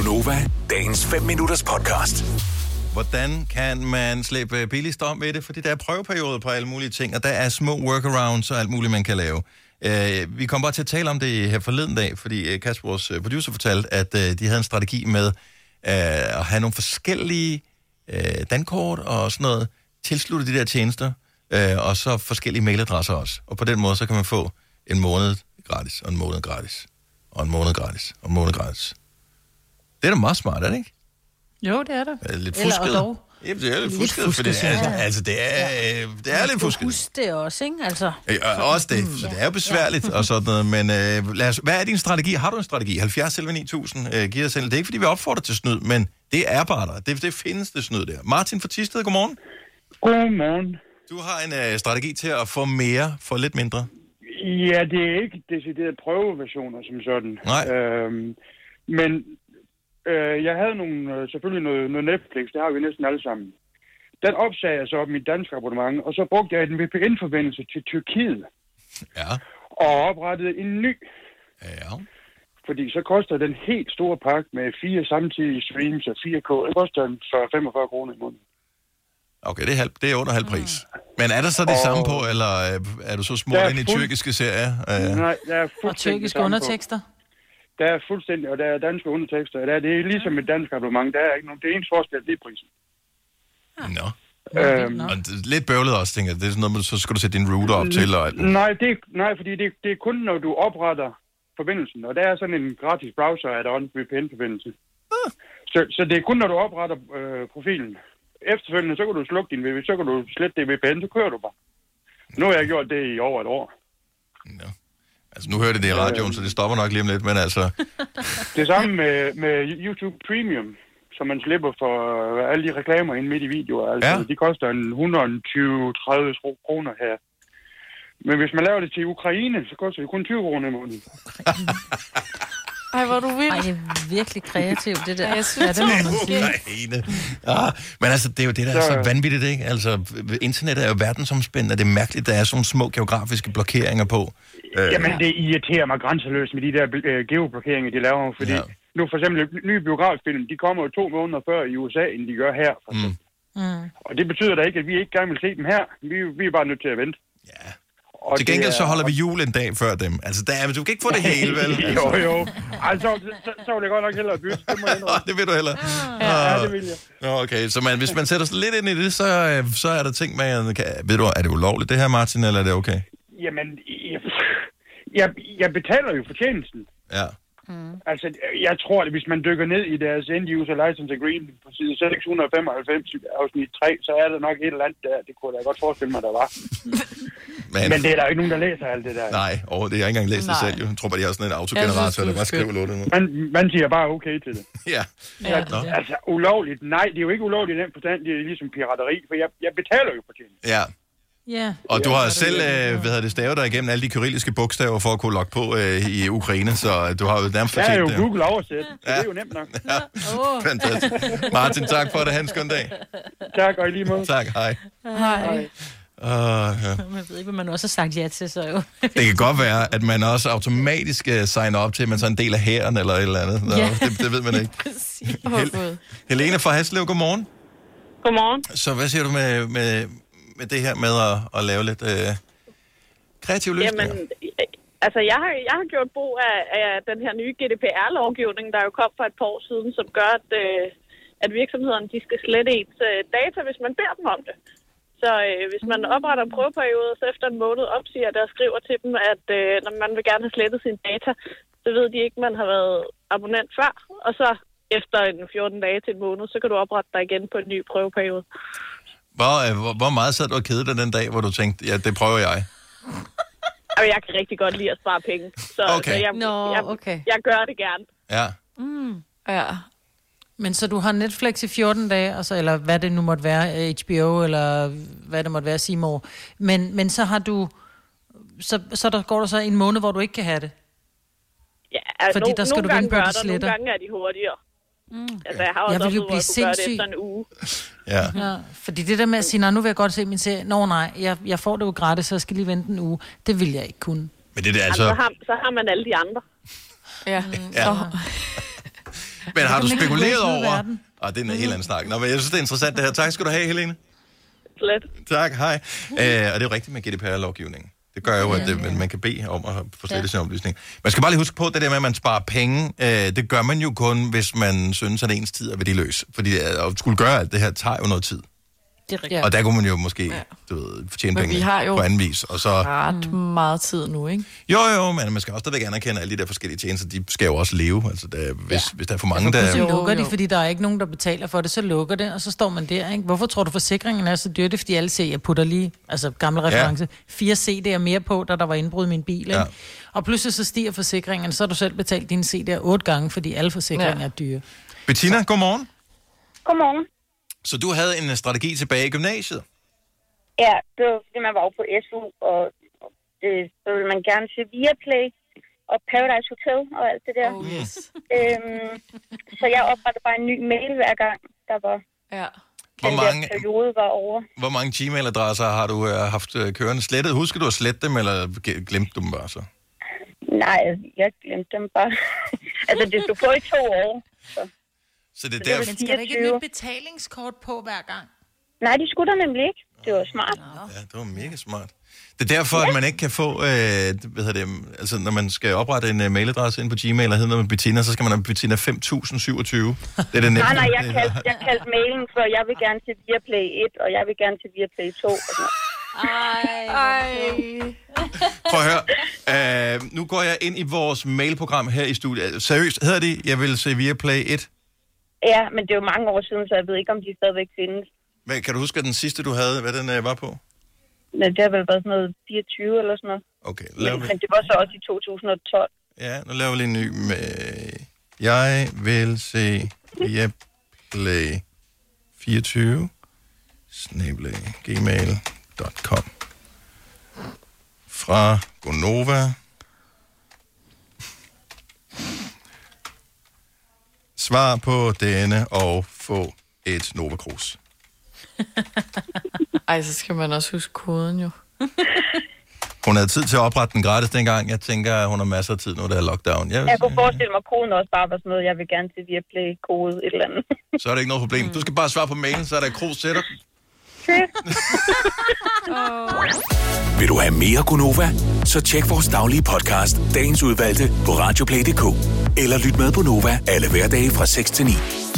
Gonova, dagens 5 minutters podcast. Hvordan kan man slippe billigst om ved det? Fordi der er prøveperioder på alle mulige ting, og der er små workarounds og alt muligt, man kan lave. Vi kom bare til at tale om det her forleden dag, fordi Kasper, vores producer, fortalte, at de havde en strategi med at have nogle forskellige dankort og sådan noget, tilslutte de der tjenester, og så forskellige mailadresser også. Og på den måde, så kan man få en måned gratis, og en måned gratis, og en måned gratis, og en måned gratis. Det er da meget smart, er det ikke? Jo, det er det. Lidt fusket. Jamen, det er lidt fusket, for det er lidt fusket. Husk det også, ikke? Altså. Også det, så det er jo besværligt og sådan noget, men hvad er din strategi? Har du en strategi? 70 selv 9000 giver dig selv. Det er ikke, fordi vi opfordrer til snyd, men det er bare der. Det findes det snyd der. Martin fra Thisted, godmorgen. Godmorgen. Du har en strategi til at få mere for lidt mindre. Ja, det er ikke decideret prøveversioner som sådan. Nej. Men jeg havde selvfølgelig noget Netflix, det har vi næsten alle sammen. Den opsagde jeg så op mit danske abonnement, og så brugte jeg en VPN-forbindelse til Tyrkiet. Ja. Og oprettede en ny. Ja. Fordi så koster den helt store pakke med 4 samtidige streams og 4K. Det koster den for 45 kroner i måneden. Okay, det er under halv pris. Men er der så det samme på, eller er du så smurt ind i tyrkiske serier? Nej, der er og tyrkiske undertekster? Der er fuldstændig, og der er danske undertekster. Det er ligesom et dansk abonnement. Der er ikke nogen. Det er ens forskel, det er prisen. Nå. Og lidt bøvlet også, tænker jeg. Det er sådan noget, så skal du sætte din router op til. Og... Nej, fordi det er kun, når du opretter forbindelsen. Og der er sådan en gratis browser, at der er en VPN-forbindelse. Så det er kun, når du opretter profilen. Efterfølgende, så kan du slukke din VPN, så kan du slette det VPN, så kører du bare. Nu har jeg gjort det i over et år. Nå. Altså, nu hører det i radioen, så det stopper nok lige om lidt, men altså... Det samme med YouTube Premium, som man slipper for alle de reklamer inde midt i videoer. Altså, de koster 120-30 kroner her. Men hvis man laver det til Ukraine, så koster det kun 20 kroner i måneden. Ej, hvor du vild. Ej, det er virkelig kreativt, det der. Ja, det må man sige. Men altså, det er jo det, der er så vanvittigt, ikke? Altså, internettet er jo verdensomspændende, og det er mærkeligt, der er sådan små geografiske blokeringer på. Jamen, det irriterer mig grænseløst med de der geoblokeringer, de laver, fordi nu for eksempel nye biograffilm, de kommer jo 2 måneder før i USA, end de gør her. Og det betyder da ikke, at vi ikke gerne vil se dem her. Vi er bare nødt til at vente. Ja. Og til gengæld så holder vi jul en dag før dem. Altså, du kan ikke få det hele, vel? Altså. Jo. Altså, så vil jeg godt nok hellere bytte. Det må jeg det vil du hellere? Ja, det vil jeg. Okay, så hvis man sætter sig lidt ind i det, så er der ting, man kan... Ved du, er det ulovligt det her, Martin, eller er det okay? Jamen, jeg betaler jo fortjenesten. Ja. Altså, jeg tror, at hvis man dykker ned i deres end-user license agreement på side 695 afsnit 3, så er der nok et eller andet der. Det kunne jeg godt forestille mig, der var. Men det er der jo ikke nogen, der læser alt det der. Nej, det har jeg ikke engang læst det selv. Jeg tror bare, de har sådan en autogenerator, der bare skriver lortet. Man siger bare okay til det. Ja. Altså, ulovligt. Nej, det er jo ikke ulovligt i den forstand. Det er ligesom pirateri, for jeg betaler jo fortjeneste. Ja. Ja. Og du har selv stavet dig igennem alle de kyrilliske bogstaver for at kunne logge på i Ukraine, så du har jo nærmest fortjent det. Det er jo Google oversæt, så det er jo nemt nok. Ja. Fantastisk. Martin, tak for det. Ha' en skøn dag. Tak, og i lige måde. Tak, hej. Hej. Ja. Man ved ikke, hvad man også har sagt ja til, så jo. Det kan godt være, at man også automatisk signer op til, at man så er en del af hæren eller et eller andet. Ja. Det ved man ikke. Helene fra Haslev, godmorgen. Godmorgen. Så hvad siger du med det her med at lave lidt kreativ løsninger? Jamen, altså jeg har gjort brug af den her nye GDPR-lovgivning, der jo kom for et par år siden, som gør, at virksomhederne de skal slette ens data, hvis man beder dem om det. Så hvis man opretter en prøveperiode, så efter en måned opsiger der og skriver til dem, at når man vil gerne have slettet sine data, så ved de ikke, at man har været abonnent før, og så efter en 14 dage til en måned, så kan du oprette dig igen på en ny prøveperiode. Hvor meget sad du og kedede dig den dag, hvor du tænkte, ja, det prøver jeg? Jeg kan rigtig godt lide at spare penge, så jeg gør det gerne. Ja. Ja. Men så du har Netflix i 14 dage, altså, eller hvad det nu måtte være, HBO, eller hvad det måtte være, C More. Men så har du, så går der så en måned, hvor du ikke kan have det? Ja, altså fordi der skal du vente på, at det sletter. Nogle gange er de hurtigere. Altså, jeg har også oplevet, hvor jeg kunne gøre det efter en uge. Ja. Fordi det der med at sige, nej, nu vil jeg godt se min serie. Nå nej, jeg får det jo gratis, så jeg skal lige vente en uge. Det vil jeg ikke kunne. Men det er altså... Så har man alle de andre. Ja. Men har du kan man ikke spekuleret løse ud af over... verden. Det er en helt anden snak. Nå, men jeg synes, det er interessant det her. Tak skal du have, Helene. Slet. Tak, hej. Og det er jo rigtigt med GDPR-lovgivningen. Det gør jo, at man kan bede om at få slettet sin oplysning. Man skal bare lige huske på, det der med, at man sparer penge, det gør man jo kun, hvis man synes, at ens tid er værdiløs. Fordi at skulle gøre alt det her, tager jo noget tid. Det er rigtigt. Og der kunne man jo måske tjene penge på anden vis. Og så ret meget tid nu, ikke? Jo, men man skal også stadigvæk anerkende, at alle de der forskellige tjenester, de skal jo også leve. Altså, hvis der er for mange, der... Så lukker de, fordi der er ikke nogen, der betaler for det, så lukker det, og så står man der, ikke? Hvorfor tror du, forsikringen er så dyr? Det er, fordi alle siger, jeg putter lige, altså gamle reference, 4 CD'er mere på, da der var indbrud i min bil, ikke? Og pludselig så stiger forsikringen, så har du selv betalt dine CD'er 8 gange, fordi alle forsikringer er dyre. Bettina, godmorgen. Godmorgen. Så du havde en strategi tilbage i gymnasiet? Ja, det var fordi man var over på SU, og så ville man gerne se Viaplay og Paradise Hotel og alt det der. Yes. Så jeg oprettede bare en ny mail hver gang, der var den der periode var over. Hvor mange Gmail-adresser har du haft kørende slettet? Husker du at slette dem, eller glemte du dem bare så? Nej, jeg glemte dem bare. Altså, det stod på i 2 år, så det er Men skal der ikke et nyt betalingskort på hver gang? Nej, de skulle der nemlig ikke. Det var smart. Ja, det var mega smart. Det er derfor, at man ikke kan få, altså når man skal oprette en mailadresse ind på Gmail og hedder med Bettina, så skal man have Bettina 5027. Det er det nej, jeg kaldte mailen for, jeg vil gerne til Viaplay 1, og jeg vil gerne til Viaplay 2. Og prøv at høre. Nu går jeg ind i vores mailprogram her i studiet. Seriøst, hedder det, jeg vil se Viaplay 1? Ja, men det er jo mange år siden, så jeg ved ikke, om de stadigvæk findes. Men kan du huske, at den sidste, du havde, hvad den var på? Men det har vel været sådan noget 24 eller sådan noget. Okay. Men det var så også i 2012. Ja, nu laver vi lige en ny med... Jeg vil se Viaplay 24 @gmail.com fra Gonova. Svar på denne og få et Nova Cruz. Ej, så skal man også huske koden jo. Hun havde tid til at oprette den gratis dengang. Jeg tænker, at hun har masser af tid nu, der er lockdown. Jeg kunne forestille mig, at koden også bare var sådan noget, jeg vil gerne til Viaplay-kode et eller andet. Så er det ikke noget problem. Du skal bare svare på mailen, så er der Cruz til dig. Vil du have mere Gunova? Så tjek vores daglige podcast, dagens udvalgte, på radioplay.dk. Eller lyt med på Nova alle hverdage fra 6 til 9.